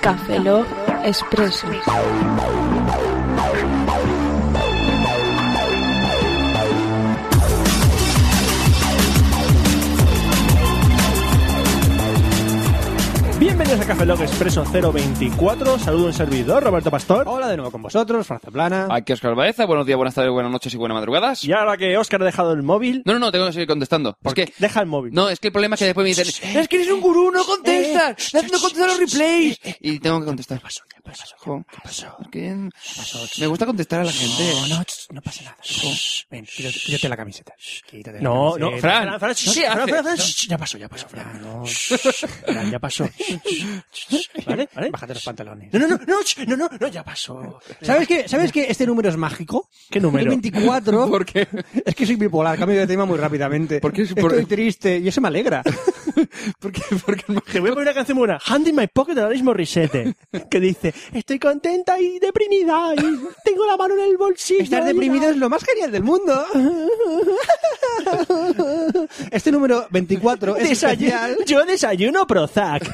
Café Lock Expreso. Bienvenidos a Café Lock Expreso 024. Saludo a un servidor, Roberto Pastor. Hola de nuevo con vosotros, Franza Plana. Aquí Óscar Baeza. Buenos días, buenas tardes, buenas noches y buenas madrugadas. Y ahora que Óscar ha dejado el móvil... No, tengo que seguir contestando. ¿Por qué? Deja el móvil. No, es que el problema es que después me dicen es que eres un gurú, no contestas, no contestas los replays. Y tengo que contestar. ¿Qué pasó? ¿Qué pasó? Es que me gusta contestar a la gente. No pasa nada. Ven, quítate la camiseta. Quítate la No, camiseta. Fran, Ya pasó, Fran. Fran, ya pasó. ¿Vale? Bájate los pantalones. No, ya pasó. ¿Sabes que este número es mágico? ¿Qué número? El 24. ¿Por qué? Es que soy bipolar, cambio de tema muy rápidamente. ¿Por qué? Estoy triste y eso me alegra. ¿Por qué? Te voy a poner una canción buena, Hand in My Pocket de Alanis Morissette, que dice, estoy contenta y deprimida y tengo la mano en el bolsillo. Estar deprimido es lo más genial del mundo. Este número 24 es especial. Yo desayuno Prozac.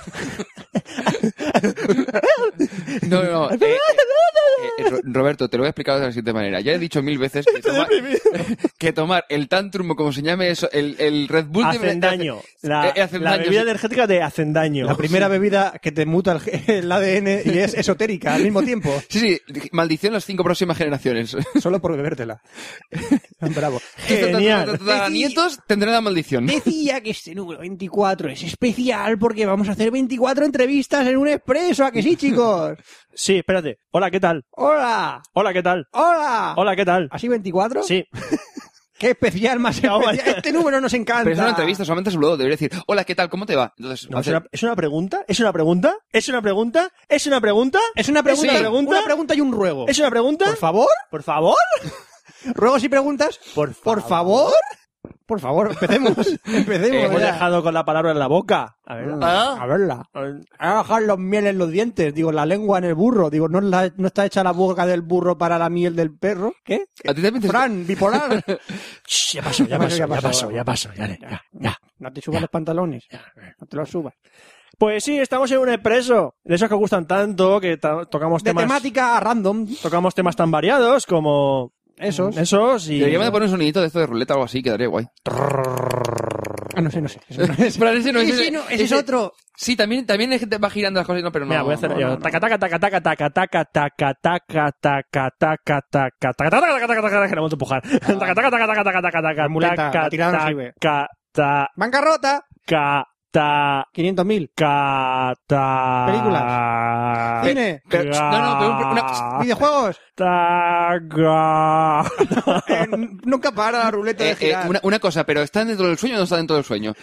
No. Roberto, te lo voy a explicar de la siguiente manera. Ya he dicho 1000 veces que tomar el Tantrum, como se llame eso, el Red Bull... Hacen daño. La daño, bebida sí. energética de hacen daño. La primera bebida que te muta el ADN y es esotérica al mismo tiempo. Sí, maldición las 5 próximas generaciones. Solo por bebértela. Bravo. Genial. Nietos tendrán la maldición. Decía que este número 24 es especial porque vamos a hacer 24 entrevistas en un expreso. ¿A que sí, chicos? Sí, espérate. Hola, ¿qué tal? ¡Hola! Hola, ¿qué tal? ¡Hola! Hola, ¿qué tal? ¿Así 24? Sí. ¡Qué especial, más especial! Este número nos encanta. Pero es una entrevista, solamente saludo. Debería decir, hola, ¿qué tal? ¿Cómo te va? Entonces, No, ¿es una pregunta? ¿Es una pregunta? ¿Es una pregunta? ¿Es una pregunta? Es una pregunta, Sí. una pregunta y un ruego. ¿Es una pregunta? ¿Por favor? ¿Por favor? ¿Ruegos y preguntas? ¿Por favor? Por favor, empecemos. Hemos ya. dejado con la palabra en la boca. A ver. A verla. A bajar los miel en los dientes. Digo, la lengua en el burro. Digo, ¿no está hecha la boca del burro para la miel del perro? ¿Qué? ¿A ti también te... Fran, bipolar. Ya pasó. Ya. No te subas los pantalones. No te los subas. Pues sí, estamos en un expreso. De esos que gustan tanto, que tocamos De temas... temática random. Tocamos temas tan variados como... Esos. y... Deberíamos de poner un sonidito de esto de ruleta o algo así, quedaría guay. Ah, no sé. Eso no es. Pero ese no es... Ese es otro. Sí, también hay gente que va girando las cosas, no, pero no... Mira, voy a hacer no, yo. no. Taca, taca, taca, taca, taca, taca, taca, taca, taca, taca, taca, taca, taca, taca, taca, que no vamos a empujar. Taca, taca, taca, taca, taca, taca, taca, La muleta, taca, la tirada no sirve. taca, Bancarrota. taca, 500.000. cata... Películas. Cine. Pero una... Videojuegos. Taca... Nunca para la ruleta de girar. Una cosa, pero ¿está dentro del sueño o no está dentro del sueño?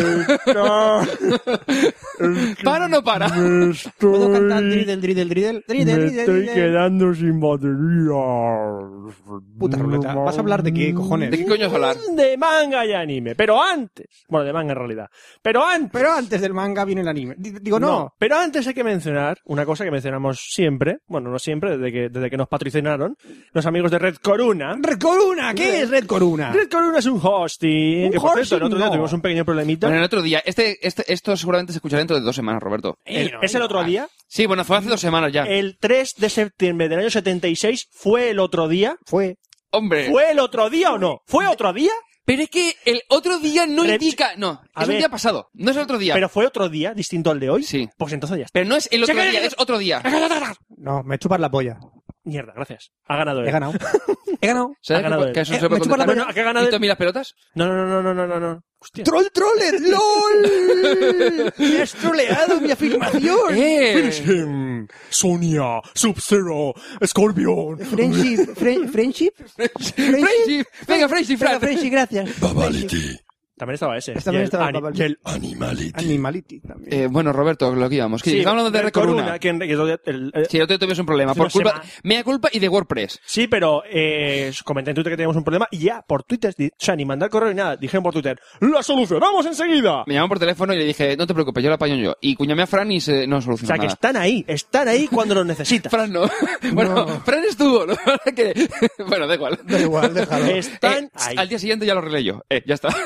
¿Para o no para? ¿Puedo cantar driddle? Me estoy quedando sin batería. Puta ruleta. ¿Vas a hablar de qué, cojones? ¿De qué coño vas a hablar? De manga y anime. Pero antes... Bueno, de manga en realidad. Pero antes del manga viene el anime. Digo, no. Pero antes hay que mencionar una cosa que mencionamos siempre. Bueno, no siempre, desde que nos patrocinaron. Los amigos de Red Corona. ¡Red Corona! ¿Qué es Red Corona? Red Corona es un hosting. Que por cierto, el otro día tuvimos un pequeño problemita. Bueno, el otro día. Esto seguramente se escuchará dentro de 2 semanas, Roberto. ¿Es el otro día? Sí, bueno, fue hace 2 semanas ya. El 3 de septiembre del año 76 fue el otro día. Hombre. ¿Fue el otro día o no? ¿Fue otro día? Pero es que el otro día no indica... No, es un día pasado. No es el otro día. ¿Pero fue otro día distinto al de hoy? Sí. Pues entonces ya está. Pero no es el otro día, es otro día. No, me chupas la polla. Mierda, gracias. Ha ganado él. He ganado. ¿Sabes Ha ganado que eso él. se puede me chupas la contestar? polla. ¿Qué ha ganado ¿Y él? tú a mí las pelotas? No. Hostia. ¡Trollet! ¡LOL! ¡Me has troleado mi afirmación! Finish him. Sonia, Sub-Zero, Scorpion. Friendship. Friendship. Venga, Friendship, Fran. Friendship, gracias. Babality. También estaba ese. También estaba el y el Animality. también. Bueno, Roberto, lo que íbamos. Sí, Estamos hablando de Red Corona. que Sí, el otro día tuvimos un problema. Por culpa... Mea culpa y de WordPress. Sí, pero comenté en Twitter que teníamos un problema y ya por Twitter, o sea, ni mandar correo ni nada, dijeron por Twitter, ¡la solucionamos enseguida! Me llamó por teléfono y le dije, no te preocupes, yo la apaño yo. Y cuñame a Fran y no O solucionó sea, que nada. están ahí cuando los necesitas. Fran no. Bueno, Fran estuvo. ¿No? Bueno, da igual. Da igual, déjalo. Están ahí. Al día siguiente ya lo arreglé yo. Ya está. Pero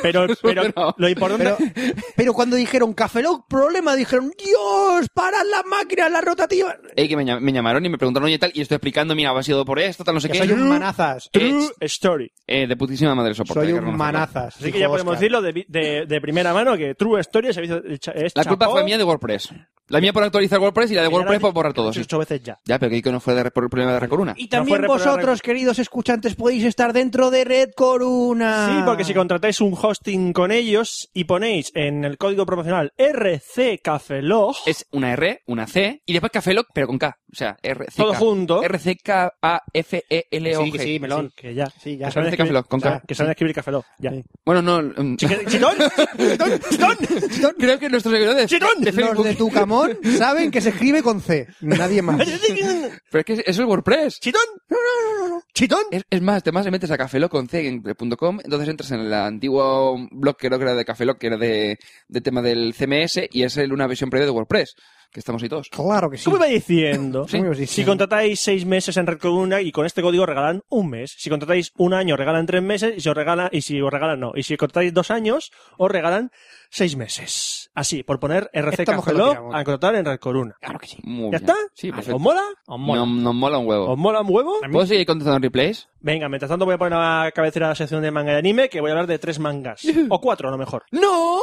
Pero No. lo importante... Pero cuando dijeron Café Lock, problema, dijeron, Dios, parad las máquinas, las rotativas. Que me llamaron y me preguntaron, oye, tal, y estoy explicando, mira, ha sido por esto, tal, no sé Que qué. soy un manazas. True story. De putísima madre el soporte. Soy hay que un reconocerlo. manazas. Así que ya podemos decirlo de primera mano que True Story es La culpa chapó, fue mía de WordPress. La mía por actualizar WordPress y la de que ya WordPress la- por borrar todo. Sí. 8 veces ya. Ya, pero que no fue por problema de Recoruna. Y también No fue vosotros, queridos escuchantes, podéis estar dentro de Red Coruna. Sí, porque si contratáis un hosting con ellos y ponéis en el código promocional RC Cafelog, Es una R, una C y después Café Lock, pero con K. O sea, RCK. todo junto, RCKAFELOG. Sí, melón. que ya. Sí, ya. Que saben RC Cafelog, escribir, con K. que saben escribir Cafelog, ya. Sí. Bueno, no. ¡Chitón! ¡Chitón! Creo que nuestros seguidores ¡Chitón! de Los Facebook. de Tucamón saben que se escribe con C. Nadie más. Pero es que eso es WordPress. ¡Chitón! ¡Chitón! Es más, te metes a cafeloc con C en .com, entonces entras en el antiguo blog que creo que era de Cafeloc, que era de tema del CMS, y es una versión previa de WordPress, que estamos ahí todos. Claro que sí. ¿Cómo iba diciendo? Sí. ¿Cómo ibas Si diciendo? contratáis 6 meses en Red Corona y con este código regalan un mes. Si contratáis un año regalan 3 meses y si os regalan no. Y si contratáis 2 años os regalan 6 meses. Así, por poner RC Esta mujer lo Cafelog tiramos. a contratar en Red Corona. Claro que sí. Muy ¿Ya bien. está? Sí, perfecto. ¿Os mola? Nos mola un huevo. ¿Os mola un huevo? ¿Puedo seguir contestando replays? Venga, mientras tanto voy a poner a la cabecera de la sección de manga y anime, que voy a hablar de 3 mangas. O 4 a lo mejor. ¡No!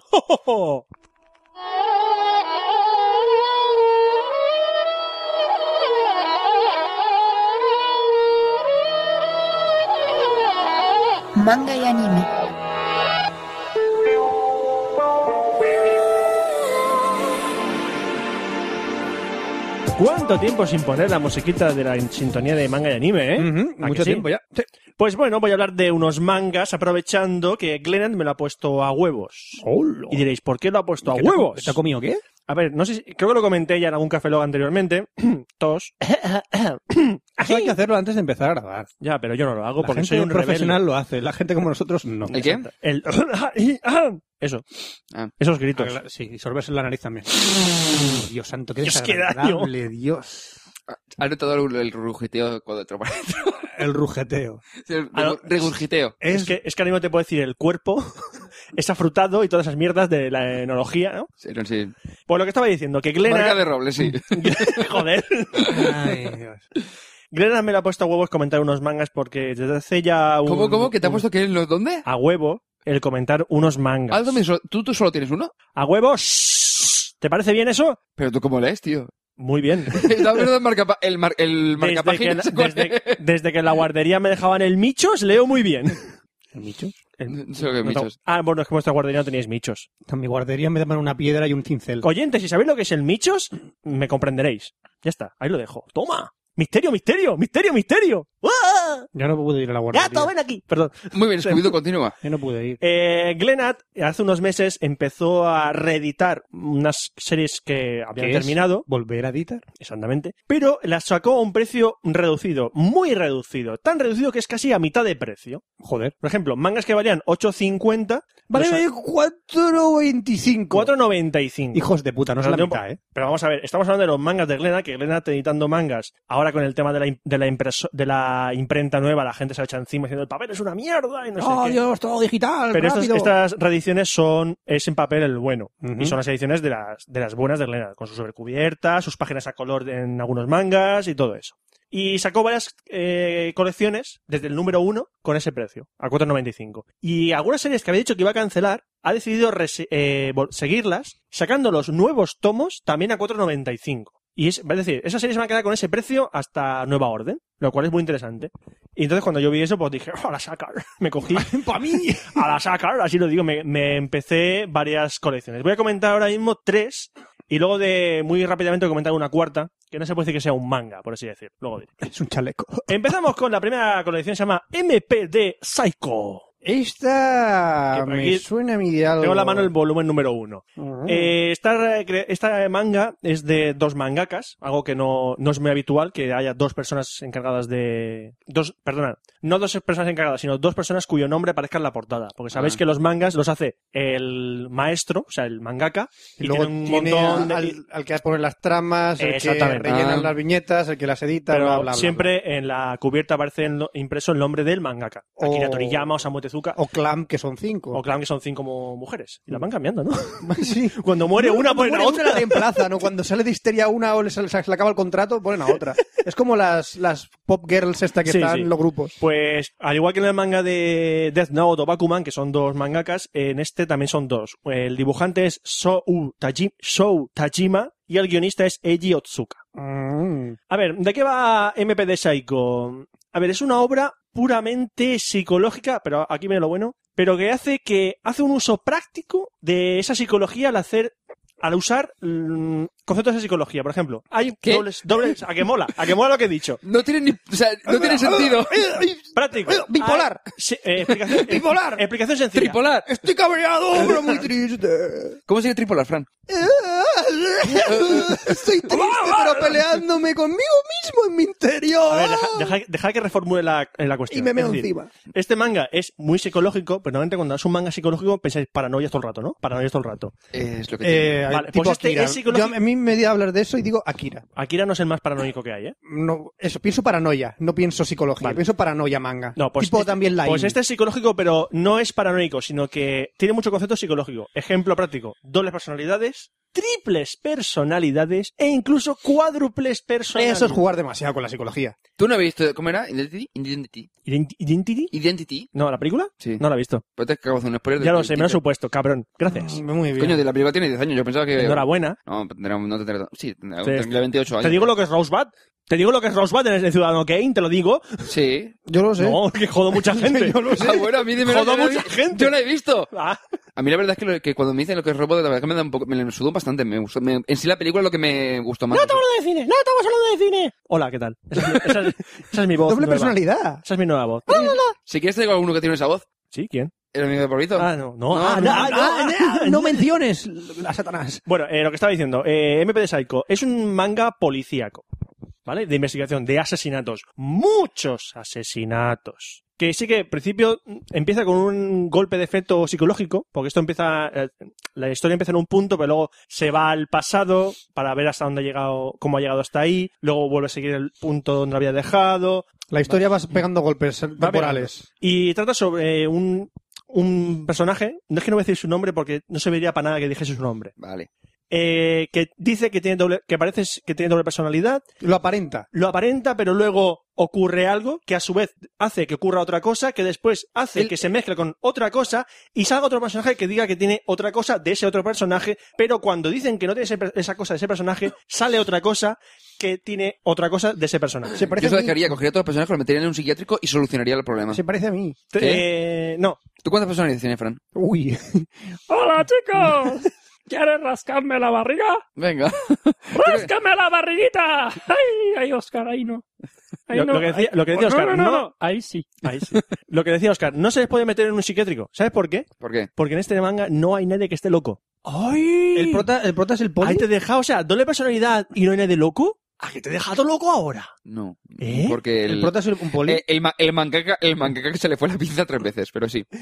Manga y anime. ¿Cuánto tiempo sin poner la musiquita de la sintonía de manga y anime, eh? Ujú, ¿A mucho que sí? tiempo ya. Sí. Pues bueno, voy a hablar de unos mangas aprovechando que Glenat me lo ha puesto a huevos. Y diréis, ¿por qué lo ha puesto a ¿Qué te ha huevos? ¿Te ha comido qué? A ver, no sé si, creo que lo comenté ya en algún Café Lock anteriormente. Tos. Eso hay que hacerlo antes de empezar a grabar. Ya, pero yo no lo hago La porque gente soy un profesional rebelde. lo hace. La gente como nosotros no. ¿El qué? El eso. Ah. Esos gritos. Sí, y sorberse en la nariz también. Dios santo, qué Dios, qué desagradable, Dios. ¿Has notado el rugiteo cuando entró por dentro? El rugeteo. Sí, el Ah, no. regurgiteo. Es que ahora mismo te puedo decir, el cuerpo es afrutado y todas esas mierdas de la enología, ¿no? Sí, no, sí. Pues lo que estaba diciendo, que Marca Glenat... de roble, sí. Joder. Ay, Dios. Glenat me lo ha puesto a huevos comentar unos mangas porque desde hace ya un... ¿Cómo? ¿Que te ha puesto que en los dónde? A huevo el comentar unos mangas. Ah, ¿dónde ¿Tú solo tienes uno? A huevos. ¿Te parece bien eso? Pero tú cómo lees, tío. Muy bien. La verdad, el marcapáginas. Desde que en la guardería me dejaban el michos, leo muy bien. ¿El micho? No sé lo que michos. Ah, bueno, es que en vuestra guardería no teníais michos. En mi guardería me daban una piedra y un cincel. Oyentes, si sabéis lo que es el michos, me comprenderéis. Ya está, ahí lo dejo. ¡Toma! ¡Misterio, misterio! ¡Misterio, misterio! ¡Ah! Ya no pude ir a la guardería. ¡Gato, ven aquí! Perdón. Muy bien, Scooby-Doo, continúa. Ya no pude ir. Glenat hace unos meses empezó a reeditar unas series que habían ¿Qué es? terminado. ¿Volver a editar? Exactamente. Pero las sacó a un precio reducido, muy reducido. Tan reducido que es casi a mitad de precio. Joder. Por ejemplo, mangas que valían 8,50. Vale, los- 4,25. 4,95. Hijos de puta, no es la Pero mitad, ¿eh? Pero vamos a ver, estamos hablando de los mangas de Glenat, que Glenat está editando mangas. Ahora con el tema de la imprenta nueva, la gente se la echa encima diciendo el papel es una mierda y no sé ¡Oh, qué. Dios, todo digital! Pero rápido! estas reediciones es en papel el bueno. Ujú. Y son las ediciones de las buenas de Glenat, con su sobrecubierta, sus páginas a color en algunos mangas y todo eso. Y sacó varias colecciones desde el número 1 con ese precio, a 4,95. Y algunas series que había dicho que iba a cancelar, ha decidido seguirlas, sacando los nuevos tomos también a 4,95. Y es decir, esas series van a quedar con ese precio hasta nueva orden, lo cual es muy interesante. Y entonces cuando yo vi eso, pues dije, ¡a la sacar! Me cogí ¡Para mí! a la sacar, así lo digo, me empecé varias colecciones. Voy a comentar ahora mismo 3 y luego muy rápidamente voy a comentar una cuarta, que no se puede decir que sea un manga, por así decir. Luego diré. Es un chaleco. Empezamos con la primera colección, se llama MPD Psycho. Esta Que por me aquí suena a mí de algo. Tengo en la mano el volumen número 1. Ujú. Esta manga es de 2 mangakas, algo que no es muy habitual, que haya 2 personas encargadas de... no 2 personas encargadas, sino 2 personas cuyo nombre aparezca en la portada. Porque sabéis que los mangas los hace el maestro, o sea, el mangaka, Y y luego tiene un tiene montón de... al que pone las tramas, el que Exactamente. rellenan Ah. las viñetas, el que las edita, Pero bla, bla, bla, siempre en la cubierta aparece impreso el nombre del mangaka. Akira Oh. Toriyama, Osamu Tezuka. O Clam, que son 5. O Clan, que son 5 mujeres. Y las van cambiando, ¿no? Sí. Cuando muere una, ponen a otra. la reemplaza, ¿no? Cuando sale de Histeria una o se le acaba el contrato, ponen a otra. Es como las pop girls esta que Sí, están sí. en los grupos. Pues, al igual que en el manga de Death Note o Bakuman, que son 2 mangakas, en este también son 2. El dibujante es Shou Tajima y el guionista es Eiji Otsuka. A ver, ¿de qué va MPD Psycho? A ver, es una obra puramente psicológica, pero aquí viene lo bueno, pero que hace un uso práctico de esa psicología al usar conceptos de psicología. Por ejemplo, hay ¿Qué? dobles, a que mola lo que he dicho. No tiene no tiene sentido. Práctico. Bipolar. Explicación, Bipolar. explicación sencilla. Tripolar. Estoy cabreado, pero muy triste. ¿Cómo sigue tripolar, Fran? Estoy triste, pero peleándome conmigo mismo en mi interior. A ver, deja que reformule la cuestión. Y me meo Es decir, encima. este manga es muy psicológico, pero normalmente cuando es un manga psicológico pensáis paranoia todo el rato, ¿no? Paranoia todo el rato. Es lo que tiene. Vale, Tipo pues este Akira. es psicológico. A mí me dio a hablar de eso y digo Akira. Akira no es el más paranoico que hay, ¿eh? No, eso, pienso paranoia, no pienso psicología. Vale. Pienso paranoia manga. No, pues tipo también la Pues este es psicológico, pero no es paranoico, sino que tiene mucho concepto psicológico. Ejemplo práctico: dobles personalidades, triples personalidades e incluso cuádruples personalidades. Eso es jugar demasiado con la psicología. ¿Tú no has visto cómo era? Identity. ¿Identity? Identity. No, ¿la película? Sí. No la he visto. Pues te acabo de hacer un spoiler. Ya del lo sé, me lo he título. supuesto, cabrón. Gracias. Muy bien. Coño, de la película tiene 10 años. Yo pensaba que... Enhorabuena. No, no tendrá... Sí, tendrá Sí. 28 años. Te digo lo que es Rosebud. Te digo lo que es Rosebud en el Ciudadano Kane, te lo digo. Sí. Yo lo sé. No, que jodo mucha gente. Yo lo sé. Ah, bueno, a mí dime Jodo mucha gente. Yo la he visto. Ah, A mí la verdad es que cuando me dicen lo que es robot, la verdad que me da un poco... Me sudó bastante. Me gustó, en sí la película es lo que me gustó más. no estamos hablando de cine, no estamos hablando de cine. Hola, ¿qué tal? Esa es mi voz Doble nueva. personalidad. Esa es mi nueva voz. Si quieres te digo alguno que tiene esa voz. ¿Sí? ¿Quién? ¿El amigo de Pablito? Ah, no. No menciones a Satanás. Bueno, lo que estaba diciendo, MP de Psycho es un manga policíaco, ¿vale? De investigación, de asesinatos. Muchos asesinatos. Que sí que, al principio, empieza con un golpe de efecto psicológico, porque esto empieza, la historia empieza en un punto, pero luego se va al pasado para ver hasta dónde ha llegado, cómo ha llegado hasta ahí, luego vuelve a seguir el punto donde lo había dejado. La historia va pegando golpes temporales. Y trata sobre un personaje, no es que no voy a decir su nombre porque no se vería para nada que dijese su nombre, Vale. que dice que parece que tiene doble personalidad, Lo aparenta. lo aparenta, pero luego ocurre algo que a su vez hace que ocurra otra cosa, que después hace que se mezcle con otra cosa y salga otro personaje que diga que tiene otra cosa de ese otro personaje, pero cuando dicen que no tiene esa cosa de ese personaje, sale otra cosa que tiene otra cosa de ese personaje. Se Yo parece eso a mí. dejaría, cogería a todos los personajes, los metería en un psiquiátrico y solucionaría el problema. Se parece a mí. No. ¿Tú cuántas personalidades tienes, Fran? Uy. ¡Hola, chicos! ¿Quieres rascarme la barriga? Venga. ¡Ráscame la barriguita! ¡Ay, ay, Oscar, ahí no! Ahí Lo que decía Oscar, no. Ahí sí. Ahí sí. Lo que decía Oscar, no se les puede meter en un psiquiátrico. ¿Sabes por qué? ¿Por qué? Porque en este manga no hay nadie que esté loco. ¡Ay! ¿El prota es el poli? Ahí te deja, o sea, doble personalidad y no hay nadie loco. ¿A qué te he dejado loco ahora? No. ¿Eh? Porque ¿El prota es un poli? el mangaka que se le fue la pinza 3 veces, pero sí.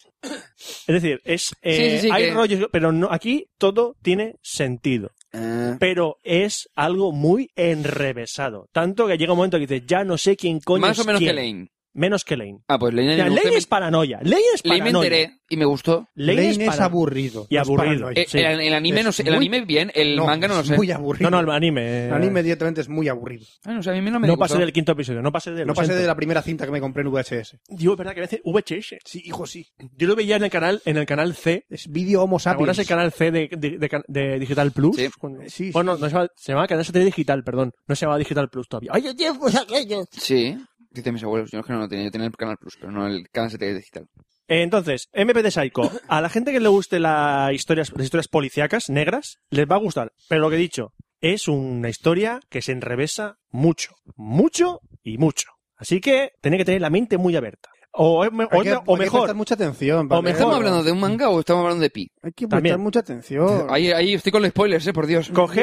Es decir, Sí, hay que- rollos, pero no, aquí todo tiene sentido. Pero es algo muy enrevesado. Tanto que llega un momento que dices, ya no sé quién coño Más es o menos quién. que Lane. Menos que Lane. Ah, pues Lane, O sea, Lane es paranoia. Lane es Lane me paranoia. enteré y me gustó. Lane es es aburrido. Y No es aburrido. paranoia. Sí. El anime no sé, el muy- anime bien, el manga no lo es sé. muy aburrido. No, el anime. El anime directamente es muy aburrido. Ah, no, o sea, a mí no me No gustó. pasé del quinto episodio, no pasé de No pasé de la primera cinta que me compré en VHS. Digo, es verdad que a veces VHS. Sí, hijo, sí. Yo lo veía en el canal C. Es vídeo Homo ¿Te acuerdas sapiens. el canal C de Digital Plus? Sí. Sí, Bueno, no se llamaba Canal Satélite Digital, perdón. No se llamaba Digital Plus todavía. ¡Ay, el tiempo es aquello! Sí, dicen mis abuelos. Yo es que no lo tenía. Yo tenía el Canal Plus, pero no el Canal 7 digital. Entonces, MP de Psycho. A la gente que le guste las historias policíacas negras, les va a gustar. Pero lo que he dicho, es una historia que se enrevesa mucho. Mucho y mucho. Así que tenéis que tener la mente muy abierta. O Hay que mejor, prestar mucha atención. para o leer. mejor. ¿Estamos hablando de un manga o estamos hablando de Pi? Hay que prestar También. mucha atención. Ahí estoy con los spoilers, por Dios. coger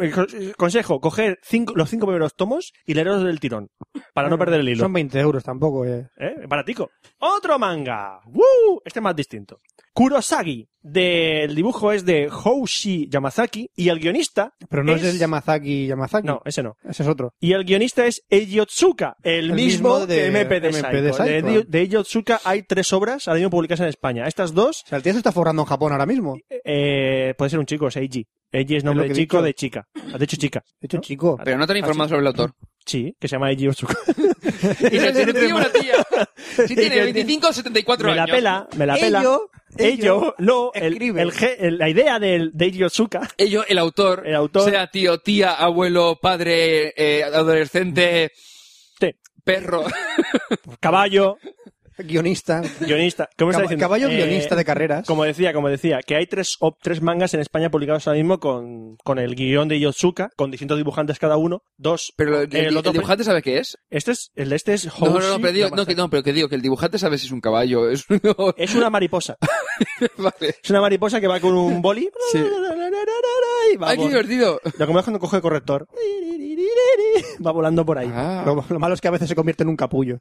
consejo, coger los 5 primeros tomos y leerlos del tirón, para no perder el hilo. Son 20 euros tampoco, Baratico. Otro manga. ¡Woo! Este es más distinto. Kurosagi. Del dibujo es de Hoshi Yamazaki y el guionista... Pero no es el Yamazaki. No, ese no. Ese es otro. Y el guionista es Eiji Otsuka, el mismo de MP de Psycho. De Eiji Otsuka hay 3 obras ahora mismo publicadas en España. Estas 2... O sea, el tío se está forrando en Japón ahora mismo. Puede ser un chico, es Eiji. Eiji es nombre de chico, de chica. De hecho, chica. De hecho, chico. Pero no te han informado sobre el autor. Sí, que se llama Eiji Otsuka. Y no tiene tío una tía. Si tiene 25 o 74 me años. Me la pela. Ello, la idea de Eiji Otsuka. Ello, el autor. Sea tío, tía, abuelo, padre, adolescente, perro. Caballo. Guionista. ¿Cómo está diciendo? Caballo guionista de carreras. Como decía, que hay 3 mangas en España publicados ahora mismo con el guión de Otsuka, con distintos dibujantes cada uno. 2. Pero el dibujante sabe qué es. El de este es Hoshi. Pero que digo que el dibujante sabe si es un caballo. Es una mariposa. Vale. Es una mariposa que va con un boli. Sí. Y va ¡Ay, qué divertido! Lo que me cuando coge el corrector. Va volando por ahí. Ah. Lo malo es que a veces se convierte en un capullo.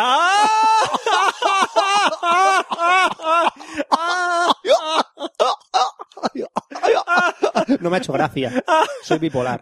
No me ha hecho gracia. Soy bipolar.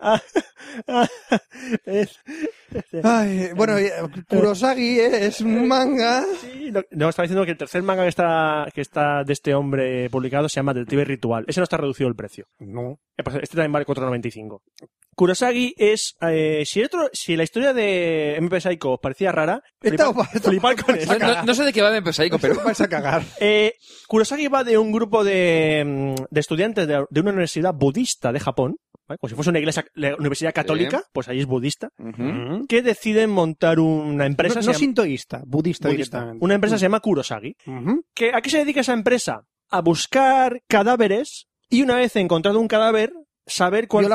Ay, bueno, Kurosagi es un manga. Sí, no, estaba diciendo que el tercer manga que está de este hombre publicado se llama Detective Ritual. Ese no está reducido el precio. No. Este también vale 4,95. Kurosagi es... si la historia de MP Psycho os parecía rara, flipar con eso. No sé de qué va MP Psycho, pero... Vas a cagar. Kurosagi va de un grupo de estudiantes de una universidad budista de Japón, ¿vale? Como si fuese una universidad católica, pues ahí es budista, que deciden montar una empresa... No sintoísta, budista. Una empresa se llama Kurosagi. ¿A qué se dedica esa empresa? A buscar cadáveres y una vez encontrado un cadáver... saber cuál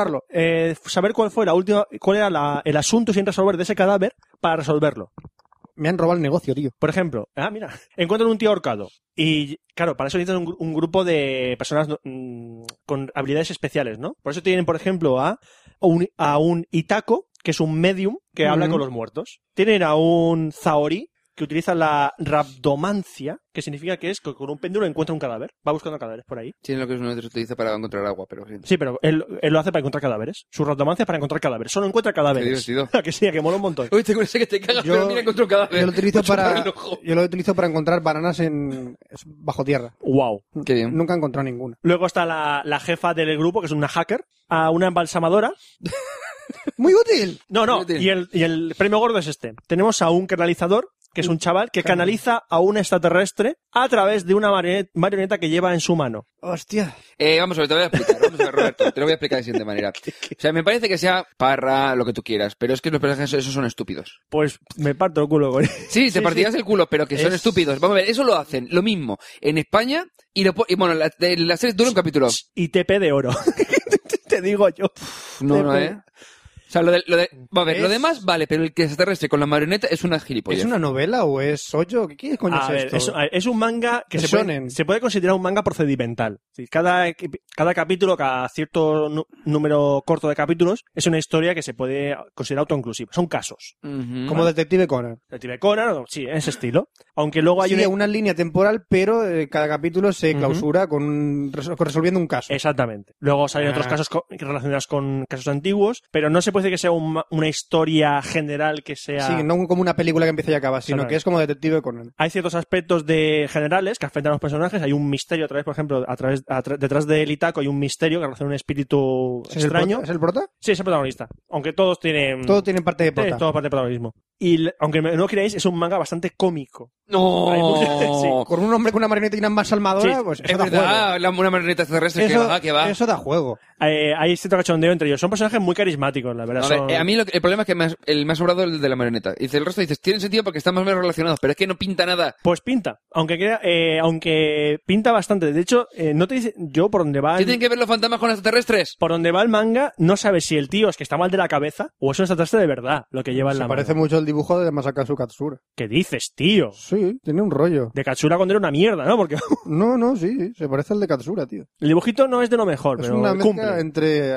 fue cuál era el asunto sin resolver de ese cadáver para resolverlo. Me han robado el negocio, tío. Por ejemplo, mira, encuentran un tío ahorcado y, claro, para eso necesitan un grupo de personas con habilidades especiales, ¿no? Por eso tienen, por ejemplo, a un Itako, que es un medium que habla con los muertos. Tienen a un Zaori, que utiliza la rabdomancia, que significa que es que con un péndulo encuentra un cadáver. Va buscando cadáveres por ahí. Tiene lo que uno se utiliza para encontrar agua, pero sí. Sí, pero él lo hace para encontrar cadáveres. Su rabdomancia es para encontrar cadáveres. Solo encuentra cadáveres. Qué divertido. Que sí, que mola un montón. Uy, te sé que te cagas, pero mira, encontré un cadáver. Yo lo utilizo para encontrar bananas bajo tierra. Wow. Qué bien. Nunca he encontrado ninguna. Luego está la jefa del grupo, que es una hacker, a una embalsamadora. ¡Muy útil! No. Y el premio gordo es este. Tenemos a un canalizador, que es un chaval que canaliza a un extraterrestre a través de una marioneta que lleva en su mano. ¡Hostia! Vamos a ver, te voy a explicar. Vamos a ver, Roberto, te lo voy a explicar de la siguiente manera. O sea, me parece que sea parra, lo que tú quieras, pero es que los personajes esos son estúpidos. Pues me parto el culo con Sí, te partirás el culo, pero que son estúpidos. Vamos a ver, eso lo hacen, lo mismo, en España, y bueno, la serie dura un capítulo. Y TP de oro. Te digo yo. No, O sea, lo demás vale, pero el que se extraterrestre con la marioneta es una gilipollas. ¿Es una novela o es hoyo? ¿Qué coño es esto? Es un manga que se puede considerar un manga procedimental. Sí, cada capítulo, cada cierto número corto de capítulos, es una historia que se puede considerar autoinclusiva. Son casos. Como Detective Conan. Detective Conan, sí, en ese estilo. Aunque luego hay una línea temporal, pero cada capítulo se clausura resolviendo un caso. Exactamente. Luego salen otros casos relacionados con casos antiguos, pero no se puede decir que sea una historia general que sea... Sí, no como una película que empieza y acaba, sino que es como Detective Conan. Hay ciertos aspectos generales que afectan a los personajes. Hay un misterio, por ejemplo, detrás del Itako hay un misterio que relaciona un espíritu extraño. ¿Es el prota? Sí, es el protagonista. Aunque todos tienen... Todos tienen parte de prota. Todo parte de protagonismo. Y aunque no creáis, es un manga bastante cómico. ¡No! Sí. Con un hombre con una marioneta y una embalsamadora, Sí, pues eso Es da verdad, juego. una marioneta extraterrestre que va. Eso da juego. Hay cierto cachondeo entre ellos. Son personajes muy carismáticos, la verdad. A ver, a mí el problema es que me ha sobrado el de la marioneta. Y el resto dices, tiene sentido porque están más o menos relacionados, pero es que no pinta nada. Pues pinta. Aunque pinta bastante. De hecho, no te dice... Yo, por donde va... ¿Qué tienen que ver los fantasmas con los extraterrestres? Por donde va el manga, no sabes si el tío es que está mal de la cabeza o es un extraterrestre de verdad lo que lleva en la mano. Se parece mucho al dibujo de Masakazu Katsura. ¿Qué dices, tío? Sí, tiene un rollo. De Katsura cuando era una mierda, ¿no? Porque No, sí, se parece al de Katsura, tío. el dibujito no es de lo mejor, Es pero una mezcla cumple. entre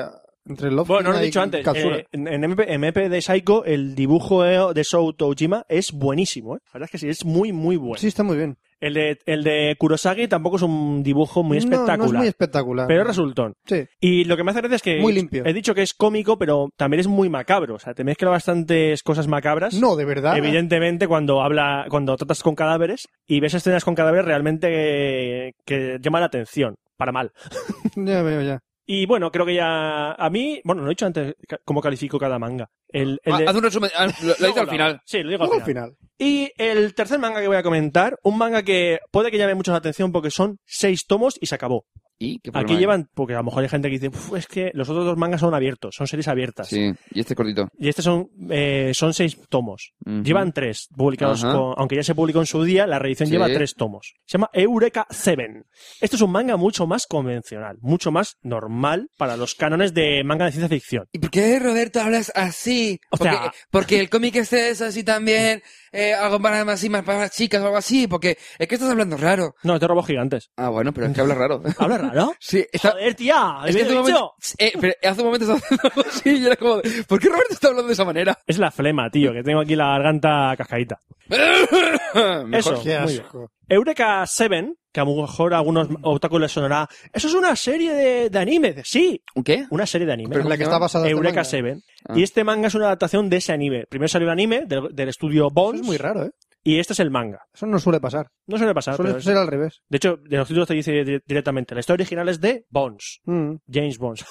Entre Love Bueno, no lo he y dicho antes. Katsura. En MP de Psycho, el dibujo de Shou Toujima es buenísimo, ¿eh? La verdad es que sí, es muy, muy bueno. Sí, está muy bien. El de Kurosagi tampoco es un dibujo muy espectacular. No es muy espectacular. Pero es resultón. Sí. Y lo que me hace gracia es que Muy limpio. he dicho que es cómico, pero también es muy macabro. O sea, te mezcla bastantes cosas macabras. No, de verdad. Evidentemente, cuando tratas con cadáveres y ves escenas con cadáveres realmente que llaman la atención. Para mal. Ya veo, ya. Y bueno, creo que ya... A mí... Bueno, no he dicho antes cómo califico cada manga. Haz un resumen. Lo he dicho al final. Sí, lo digo Luego al al final. final. Y el tercer manga que voy a comentar, un manga que puede que llame mucho la atención porque son 6 tomos y se acabó. ¿Y qué problema Aquí hay? llevan, porque a lo mejor hay gente que dice, es que los otros 2 mangas son abiertos, son series abiertas. Sí, y este cortito. Y este son 6 tomos. Ujú. Llevan 3 publicados, Ajá. aunque ya se publicó en su día, la reedición Sí. lleva 3 tomos. Se llama Eureka 7. Esto es un manga mucho más convencional, mucho más normal para los cánones de manga de ciencia ficción. ¿Y por qué, Roberto, hablas así? O sea- porque el cómic este es así también, algo más para chicas o algo así, porque es que estás hablando raro. No, te robos gigantes. Ah, bueno, pero es que hablas raro. ¿Habla raro? Sí, está... Joder, tía, Es que hace un momento, pero hace un momento estaba haciendo algo así y era como, ¿por qué Roberto está hablando de esa manera? Es la flema, tío, que tengo aquí la garganta cascadita. Mejor. Eso, Qué muy bien. asco. Eureka 7, que a lo mejor a algunos otakus les sonará, eso es una serie de anime. Sí, ¿Qué? una serie de anime. Pero En la que está basada este Eureka manga. 7. Ah. Y este manga es una adaptación de ese anime. Primero salió el anime del estudio Eso Bones. es muy raro, ¿eh? Y este es el manga. Eso no suele pasar. No suele pasar. Suele pero ser al revés. de hecho, de los títulos te dice directamente. La historia original es de Bones. Mm. James Bones.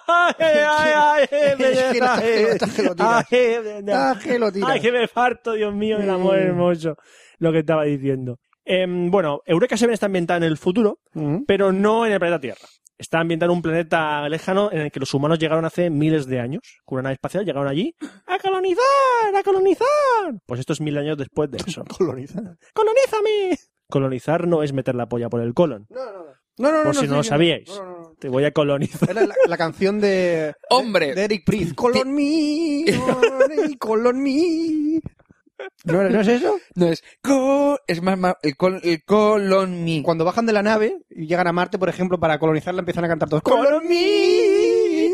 Ay, que me farto, Dios mío, del amor hermoso. Lo que estaba diciendo. Bueno, Eureka 7 está ambientada en el futuro, Mm. pero no en el planeta Tierra. Está ambientada en un planeta lejano en el que los humanos llegaron hace miles de años. Con una nave espacial llegaron allí a colonizar, a colonizar. Pues esto es 1000 años después de eso. Colonizar. ¡Colonízame! Colonizar no es meter la polla por el colon. No, Por si no lo sabíais. No. Te voy a colonizar. Era la canción de... Hombre. De Eric Priest. Colon me, colon me. ¿No es eso? No es es más el colon me. Cuando bajan de la nave y llegan a Marte, por ejemplo, para colonizarla, empiezan a cantar todos Colon me,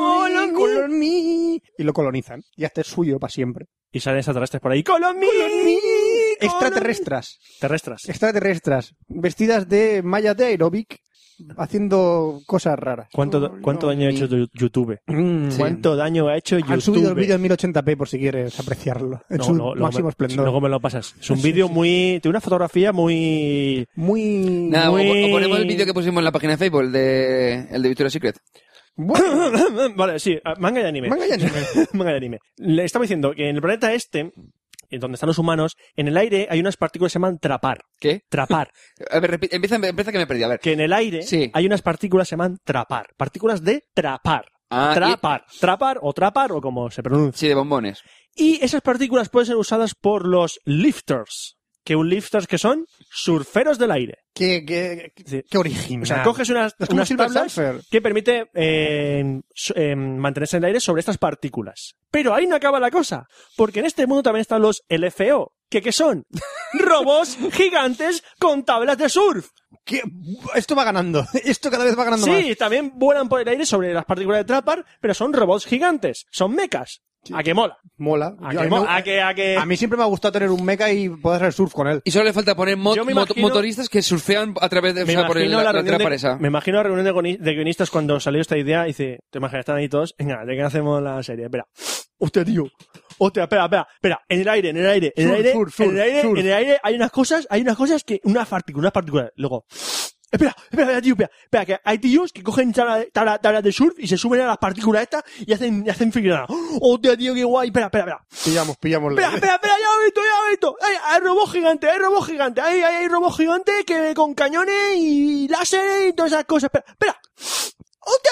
colon me. Y lo colonizan. Y hasta es suyo para siempre. Y salen extraterrestres por ahí. ¡Colon me! Extraterrestres. Terrestres. Vestidas de mallas de aeróbic, haciendo cosas raras. ¿Cuánto daño ha hecho YouTube? Sí. ¿Cuánto daño ha hecho YouTube? Han subido el vídeo en 1080p por si quieres apreciarlo. En su máximo esplendor. Luego me lo pasas. Es un vídeo muy... Tiene una fotografía muy... Muy... Nada, Muy- o ponemos el vídeo que pusimos en la página de Facebook, el de Victoria's Secret. Bueno, Vale, sí, manga y anime. manga y anime. Manga y anime. Le estaba diciendo que en el planeta este, en donde están los humanos, en el aire hay unas partículas que se llaman trapar. ¿Qué? Trapar. A ver, empieza que me perdí, a ver. Que en el aire Sí. hay unas partículas que se llaman trapar. Partículas de trapar. Ah, Trapar. Trapar o como se pronuncia. Sí, de bombones. Y esas partículas pueden ser usadas por los lifters. Que un lifters que son surferos del aire. Qué original. O sea, coges unas Es como un Silver tablas Surfer. que permite mantenerse en el aire sobre estas partículas. Pero ahí no acaba la cosa, porque en este mundo también están los LFO, que ¿qué son? Robots gigantes con tablas de surf. Esto va ganando. Esto cada vez va ganando más. Sí, también vuelan por el aire sobre las partículas de Trapar, pero son robots gigantes, son mechas. ¿A qué mola? Mola. ¿A Yo- qué a mí mola? me- ¿A qué? A mí siempre me ha gustado tener un mecha y poder hacer surf con él. Y solo le falta poner Yo me imagino- motoristas que surfean a través de... Me o sea, por imagino la reunión trapa esa. me imagino la reunión de guionistas cuando salió esta idea y dice, te imaginas, están ahí todos, venga, ¿de qué hacemos la serie? Espera, hostia, tío, hostia, espera, en el aire, Surf, en el aire hay unas cosas que, unas partículas, luego, espera, tío, espera, que hay tíos que cogen tablas de surf y se suben a las partículas estas y hacen figurada. Hostia, tío, qué guay, espera. Pillamos la... Espera, ya lo he visto. Hay robot gigante. Hay robot gigante que con cañones y láser y todas esas cosas. Espera. Hostia,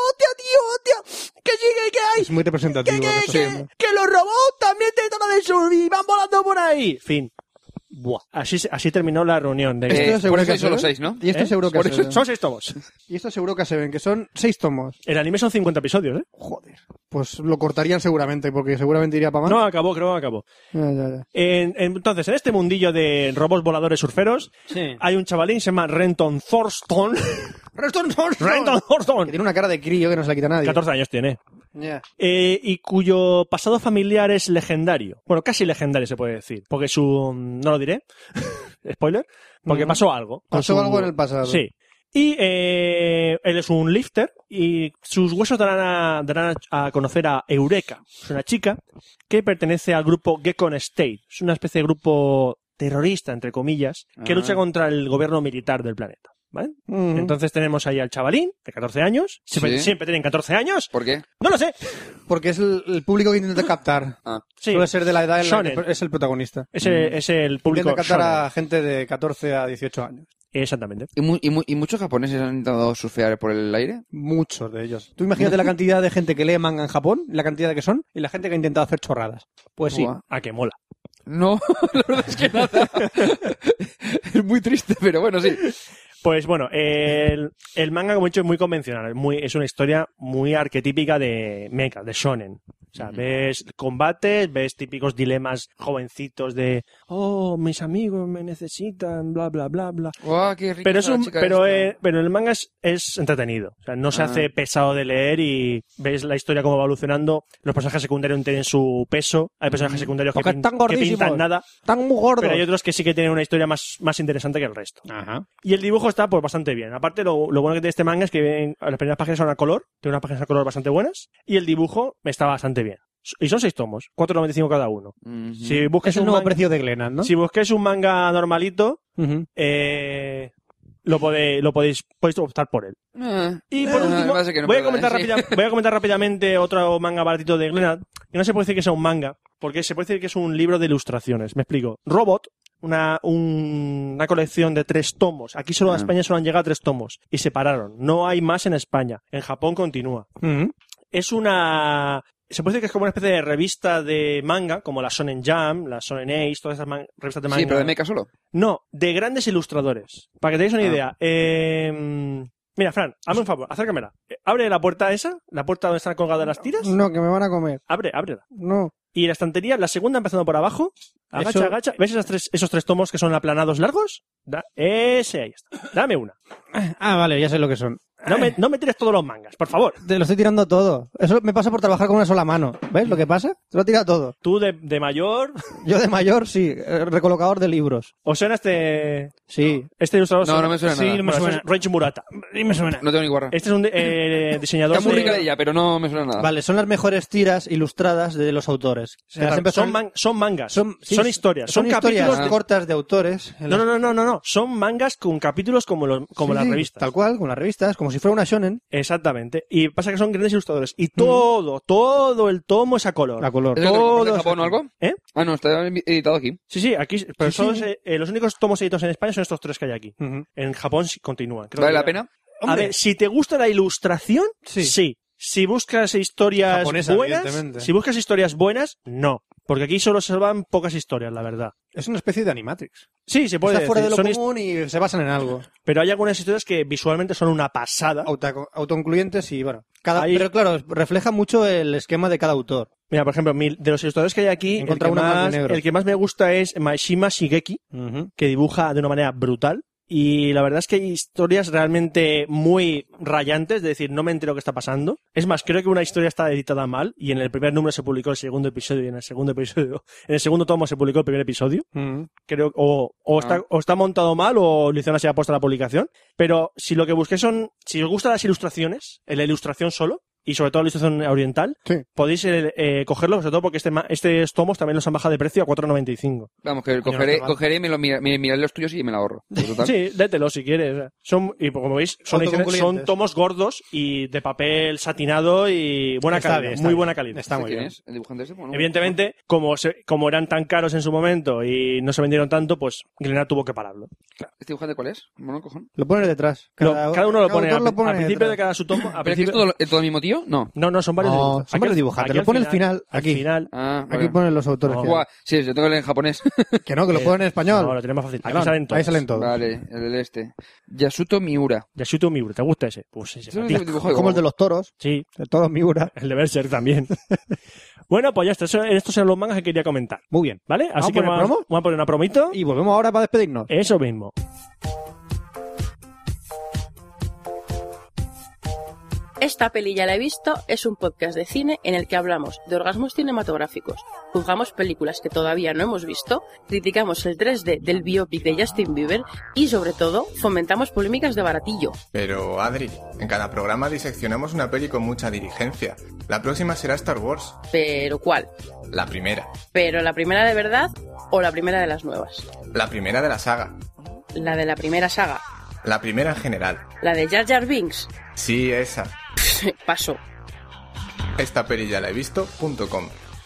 tío. Que sigue, que hay. Es muy representativo. Que los robots también tienen tabla de surf y van volando por ahí. Fin. Buah. Así terminó la reunión. De Esto seguro por eso que hay solo se ve. 6, ¿no? Y esto seguro que Por se eso ve. Son 6 tomos. Y esto seguro que se ven, que son 6 tomos. El anime son 50 episodios, ¿eh? Joder. Pues lo cortarían seguramente, porque seguramente iría para más. No, acabó, creo que acabó. Ya. Entonces, en este mundillo de robots voladores surferos, Sí. hay un chavalín, se llama Renton Thorston. Renton Thorston. Que tiene una cara de crío que no se la quita nadie. 14 años tiene. Ya. Y cuyo pasado familiar es legendario. Bueno, casi legendario se puede decir. Porque no lo diré. Spoiler. Porque pasó algo. con Pasó algo en el pasado. Sí. Y él es un lifter y sus huesos darán a conocer a Eureka. Es una chica que pertenece al grupo Gekon State. Es una especie de grupo terrorista, entre comillas, que lucha contra el gobierno militar del planeta. ¿Vale? Mm. Entonces tenemos ahí al chavalín de 14 años. Siempre Sí. tienen 14 años. ¿Por qué? No lo sé. Porque es el público que intenta captar. Sí. Suele ser de la edad en la Shonen. que es el protagonista. Ese es el público. Intenta captar shonen. a gente de 14 a 18 años. Exactamente. ¿Y muchos japoneses han intentado surfear por el aire? Muchos de ellos. Tú imagínate la cantidad de gente que lee manga en Japón, la cantidad de que son, y la gente que ha intentado hacer chorradas. Pues sí. Buah. A que mola. No, la verdad es que nada. Es muy triste, pero bueno, sí. Pues bueno, el manga, como he dicho, es muy convencional. Es una historia muy arquetípica de mecha, de shonen. O sea, ves combates, ves típicos dilemas jovencitos de mis amigos me necesitan, bla, bla, bla, bla. Guau, qué rica Pero es la chica esta. pero el manga es entretenido. O sea, no se hace pesado de leer y ves la historia cómo va evolucionando. Los personajes secundarios tienen su peso. Hay personajes secundarios Porque que están que gordísimos. pintan nada. Están muy gordos. Pero hay otros que sí que tienen una historia más interesante que el resto. Ajá. Y el dibujo está pues bastante bien. Aparte, lo bueno que tiene este manga es que las primeras páginas son a color, tiene unas páginas a color bastante buenas, y el dibujo está bastante bien. Y son 6 tomos, 4,95 cada uno. Ujú. Si buscas Es el un nuevo manga, precio de Glenad, ¿no? si busquéis un manga normalito, Ujú. podéis optar por él. Y por último, parece que no voy a puedo, comentar rápidamente otro manga baratito de Glenad, que no se puede decir que sea un manga, porque se puede decir que es un libro de ilustraciones. Me explico. Robot, una colección de 3 tomos. Aquí solo a España solo han llegado 3 tomos. Y se pararon. No hay más en España. En Japón continúa. Ujú. Se puede decir que es como una especie de revista de manga, como la Shonen Jump, la Shonen Ace, todas esas revistas de manga. Sí, pero de mecha solo. No, de grandes ilustradores. Para que tengáis una idea. Mira, Fran, hazme un favor, acércamela. Abre la puerta esa, la puerta donde están colgadas las tiras. No, que me van a comer. Ábrela. No. Y la estantería, la segunda empezando por abajo, Eso- agacha. ¿Ves esos 3 tomos que son aplanados largos? Ese, ahí está. Dame una. Ah, vale, ya sé lo que son. No me tires todos los mangas, por favor. Te lo estoy tirando todo. Eso me pasa por trabajar con una sola mano. ¿Ves lo que pasa? Te lo tira todo. Tú de mayor, Yo de mayor, sí. Recolocador de libros. ¿os suena este Sí. ilustrador? No, no me suena Sí, nada. no me Bueno, suena. este es Reichi Murata. Y me suena. No tengo ni guarra. Este es un diseñador Está muy de- rica ella, pero no me suena nada. Vale, son las mejores tiras ilustradas de los autores. Se las empezó- son mangas, sí, son historias, son historias capítulos de- cortas de autores. en las- No, son mangas con capítulos como Sí, las sí, revistas. Tal cual, con las revistas, como si fuera una shonen, Exactamente. Y pasa que son grandes ilustradores. Y todo el tomo es a color. a color. ¿Es el de Todos Japón o algo? ¿Eh? Ah, no, está editado aquí. Sí, aquí. Pero Sí, solo sí. los únicos tomos editados en España son estos 3 que hay aquí. Ujú. En Japón sí continúan. Creo ¿Vale que la pena? A Hombre. ver, si te gusta la ilustración, Sí. sí. Si buscas historias Japonesa, buenas, evidentemente. no. Porque aquí solo se salvan pocas historias, la verdad. Es una especie de Animatrix. Sí, se puede Está fuera de decir. lo Son común y se basan en algo. pero hay algunas historias que visualmente son una pasada. Autoconcluyentes y, bueno. Ahí- Pero claro, refleja mucho el esquema de cada autor. Mira, por ejemplo, de los ilustradores que hay aquí, Encontré uno en blanco y negro. el que más me gusta es Maeshima Shigeki, que dibuja de una manera brutal. Y la verdad es que hay historias realmente muy rayantes, de decir, no me entero qué está pasando. Es más, creo que una historia está editada mal y en el primer número se publicó el segundo episodio y en el segundo tomo se publicó el primer episodio. Creo, o está montado mal o lo hicieron así aposta la publicación. Pero si lo que busqué si os gustan las ilustraciones, la ilustración solo, y sobre todo la ilustración oriental, Sí. podéis cogerlo, sobre todo porque estos tomos también los han bajado de precio a 4,95. Vamos, que no está mal. cogeré y miraré los tuyos y me la ahorro. Pues total. Sí, dételo si quieres. O sea, y como veis, son Autoconcluyentes. tomos gordos y de papel satinado y buena Está calidad, bien, está muy bien. buena calidad. Está muy ¿Quién bien. es? ¿El dibujante ese? Bueno, Evidentemente, como eran tan caros en su momento y no se vendieron tanto, pues Glenad tuvo que pararlo. ¿Este dibujante cuál es? Bueno, cojón. Lo pones detrás. Cada uno lo pone autor al principio de detrás. cada su tomo. ¿Pero es que es todo el mismo tío? Mario? No. No, son varios No, dibujos. son varios dibujos. Te lo pone al final, Al aquí. final. Ah, Aquí vale. ponen los autores. que hay. Buah, sí, yo tengo que leer en japonés. Que no, que lo ponen en español. No, lo tenemos fácil. Aquí Melón, salen todos. Ahí salen todos. Vale, el este. Yasuto Miura. Yasuto Miura, ¿te gusta ese? Pues ese. Ese a es ti. un dibujo Es como el de los toros. Sí, De toros Miura. el de Berserk también. Bueno, pues ya está. Estos eran los mangas que quería comentar. Muy bien. ¿Vale? ¿Vamos Así a que poner promo? vamos a poner una promito. Y volvemos ahora para despedirnos. Eso mismo. Esta peli ya la he visto es un podcast de cine en el que hablamos de orgasmos cinematográficos, juzgamos películas que todavía no hemos visto, criticamos el 3D del biopic de Justin Bieber y, sobre todo, fomentamos polémicas de baratillo. Pero, Adri, en cada programa diseccionamos una peli con mucha diligencia. La próxima será Star Wars. ¿Pero cuál? La primera. ¿Pero la primera de verdad o la primera de las nuevas? La primera de la saga. La de la primera saga. La primera en general. La de Jar Jar Binks. Sí, esa. Paso. Esta peli ya la he visto.com.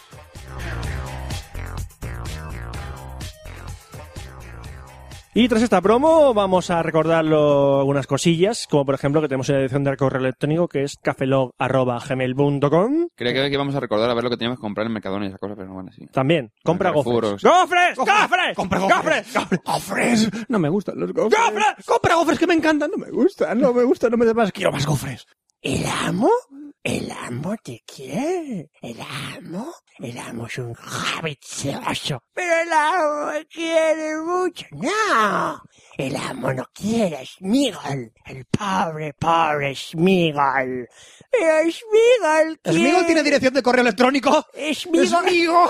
Y tras esta promo vamos a recordarlo algunas cosillas, como por ejemplo que tenemos en la edición del correo electrónico que es cafelog@gmail.com. Creía que vamos a recordar a ver lo que teníamos que comprar en Mercadona y esas cosas, pero bueno, sí. También, compra Carrefour, gofres. sí. ¡Gofres! ¡Gofres! Compra ¡Gofres! ¡Gofres! No me gustan los gofres. ¡Gofres! ¡Compra gofres que me encantan! No me gustan, no me des más. Quiero más gofres. ¿El amo? El amo te quiere. El amo es un javicioso. Pero el amo me quiere mucho. No, el amo no quiere a Smigol. El pobre Smigol. Pero Smigol quiere... ¿Smigol tiene dirección de correo electrónico? Smigol.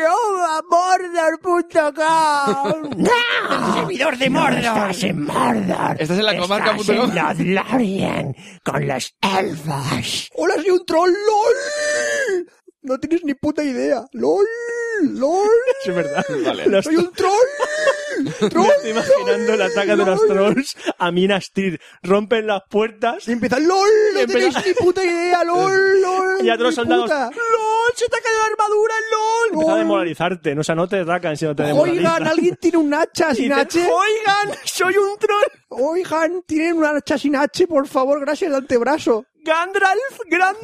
@mordor.com. ¡No! ¡El servidor de Mordor! No estás en Mordor. Estás en la comarca.com. Estás en Lothlorien con los elfos. ¡Hola, soy un troll! ¡LOL! No tienes ni puta idea. ¡LOL! ¡LOL! Es verdad. Vale. Los ¡Soy un troll! Me estoy imaginando el ataque de los trolls a Minas Tirith. Rompen las puertas Y empieza ¡LOL! ¡No Y tenéis empieza- ni puta idea! ¡LOL! ¡LOL! y a otros ni soldados. puta. ¡LOL! ¡Se te ha caído la armadura! ¡LOL! Empieza a desmoralizarte. No, o sea, no te atacan si no te desmoralizan. Oigan, ¿alguien tiene un hacha Y sin dices, H? ¡Oigan! ¡Soy un troll! Oigan, ¿tienen un hacha sin H? Por favor, gracias al antebrazo. ¡Gandalf!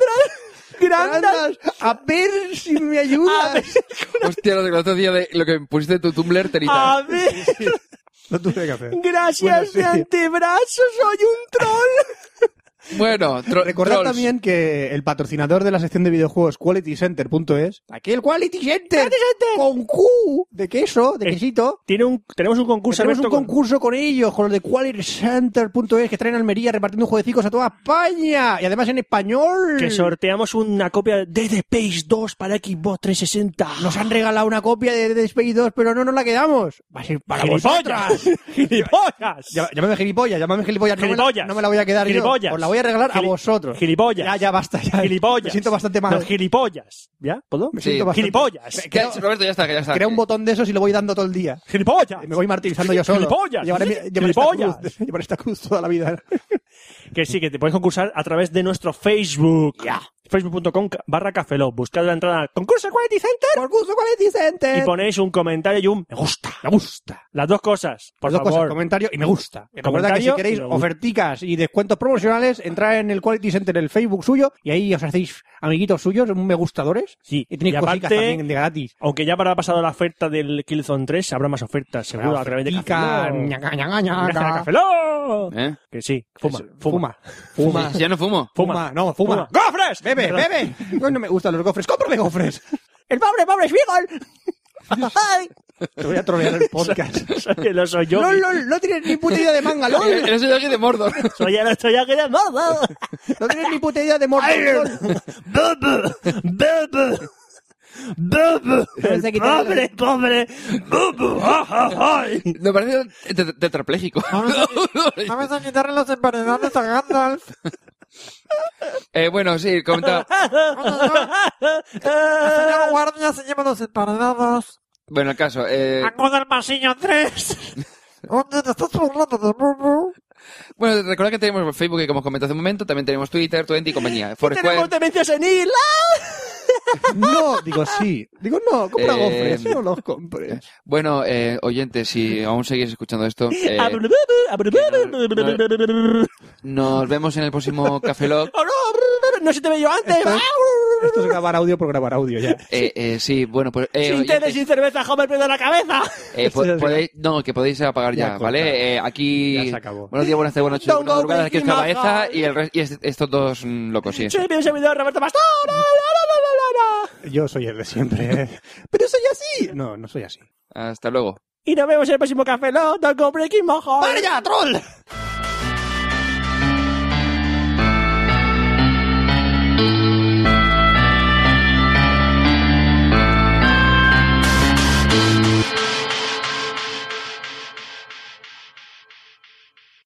Grandas, a ver si me A ayudas. ver, Hostia, el otro día de lo que pusiste en tu Tumblr, Terita. a ver. Lo tuve que hacer. Gracias Bueno, de sí. antebrazo, soy un troll. Bueno, Recordad trolls. también que el patrocinador de la sección de videojuegos QualityCenter.es, aquí el Quality Center, con Q, de queso, de quesito. Tenemos un concurso Tenemos un abierto con- concurso con ellos, con los de QualityCenter.es, que traen a Almería repartiendo jueguecicos a toda España, y además en español. que sorteamos una copia de Dead Space 2 para Xbox 360. Nos han regalado una copia de Dead Space 2, pero no nos la quedamos. Va a ser para vosotras. ¡Gilipollas! Llámame gilipollas. Gilipollas. No me la voy a quedar Gilipollas. yo. Os la voy a regalar a Gili- vosotros. Gilipollas. Ya basta, ya. Gilipollas. Me siento bastante mal. Los gilipollas. ¿Ya? ¿Puedo? Me Sí. siento bastante... Gilipollas. Roberto, ya está. Crea un botón de esos y lo voy dando todo el día. Gilipollas. Me voy martirizando yo solo. Gilipollas. Llevaré Gilipollas. llevaré esta cruz toda la vida. Que sí, que te puedes concursar a través de nuestro Facebook. Facebook.com/Cafelog. Buscad la entrada concurso Quality Center Concurso Quality Center. y ponéis un comentario y un me gusta. Me gusta. Las dos cosas, por Las dos favor. cosas, comentario y me gusta. Recuerda que si Comentario queréis y me gusta. oferticas y descuentos promocionales, entrad en el Quality Center, el Facebook suyo, y ahí os hacéis amiguitos suyos, un me gustadores. Sí, Y tenéis y cositas aparte, también de gratis. aunque ya habrá pasado la oferta del Killzone 3, habrá más ofertas, seguro, a través de Ofertica, Cafelog. ñaca, ñaca, Gracias a ñaca. Cafelog. ¿Eh? Que sí, fuma. Fuma. Ya no fumo. Fuma. No, fuma. ¡Gofres! Bebe, Perdón. bebe. No me gustan los gofres. ¡Cómprame gofres! ¡El pobre Smigol! ¡Ay! Te voy a trolear el podcast. Que lo soy yo. No tienes ni puta idea de manga, LOL. Eres el aquí de Mordor. Soy el estoy aquí de moda. No tienes ni puta idea de Mordor, LOL. Bebe. Vamos a quitarle- Pobre. Ay. Me parece tetrapléjico. Vamos a quitarle los emparedados a Gandalf. Bueno, sí, comenta. Señor guardia, se lleva los emparedados. Bueno, el caso. ¡Acuda al pasillo 3! ¿Dónde te estás burlando de Bubu? Bueno, recuerda que tenemos Facebook, que como comenté hace un momento, también tenemos Twitter, Twenty y compañía. Foursquare. Tenemos demencia senil. No, digo sí. Digo no, compra gofres, no los compres. Bueno, oyentes, si aún seguís escuchando esto, nos vemos en el próximo Café Lock. no se te ve yo antes. Esto es grabar audio por grabar audio ya. Sí, bueno, pues... Sin tele, sin cerveza, Homer pierde la cabeza. que podéis apagar ya, ¿vale? Aquí... Ya se acabó. Buenos días, buenas tardes, buenas noches, buenas madrugadas, aquí es Cabeza y estos dos locos, sí. Soy mi servidor, Roberto Pastor. Yo soy el de siempre, ¿eh? ¡Pero soy así! No, no soy así. Hasta luego. Y nos vemos en el próximo Café Lock con Breaking Mojón. ¡Para ya, troll!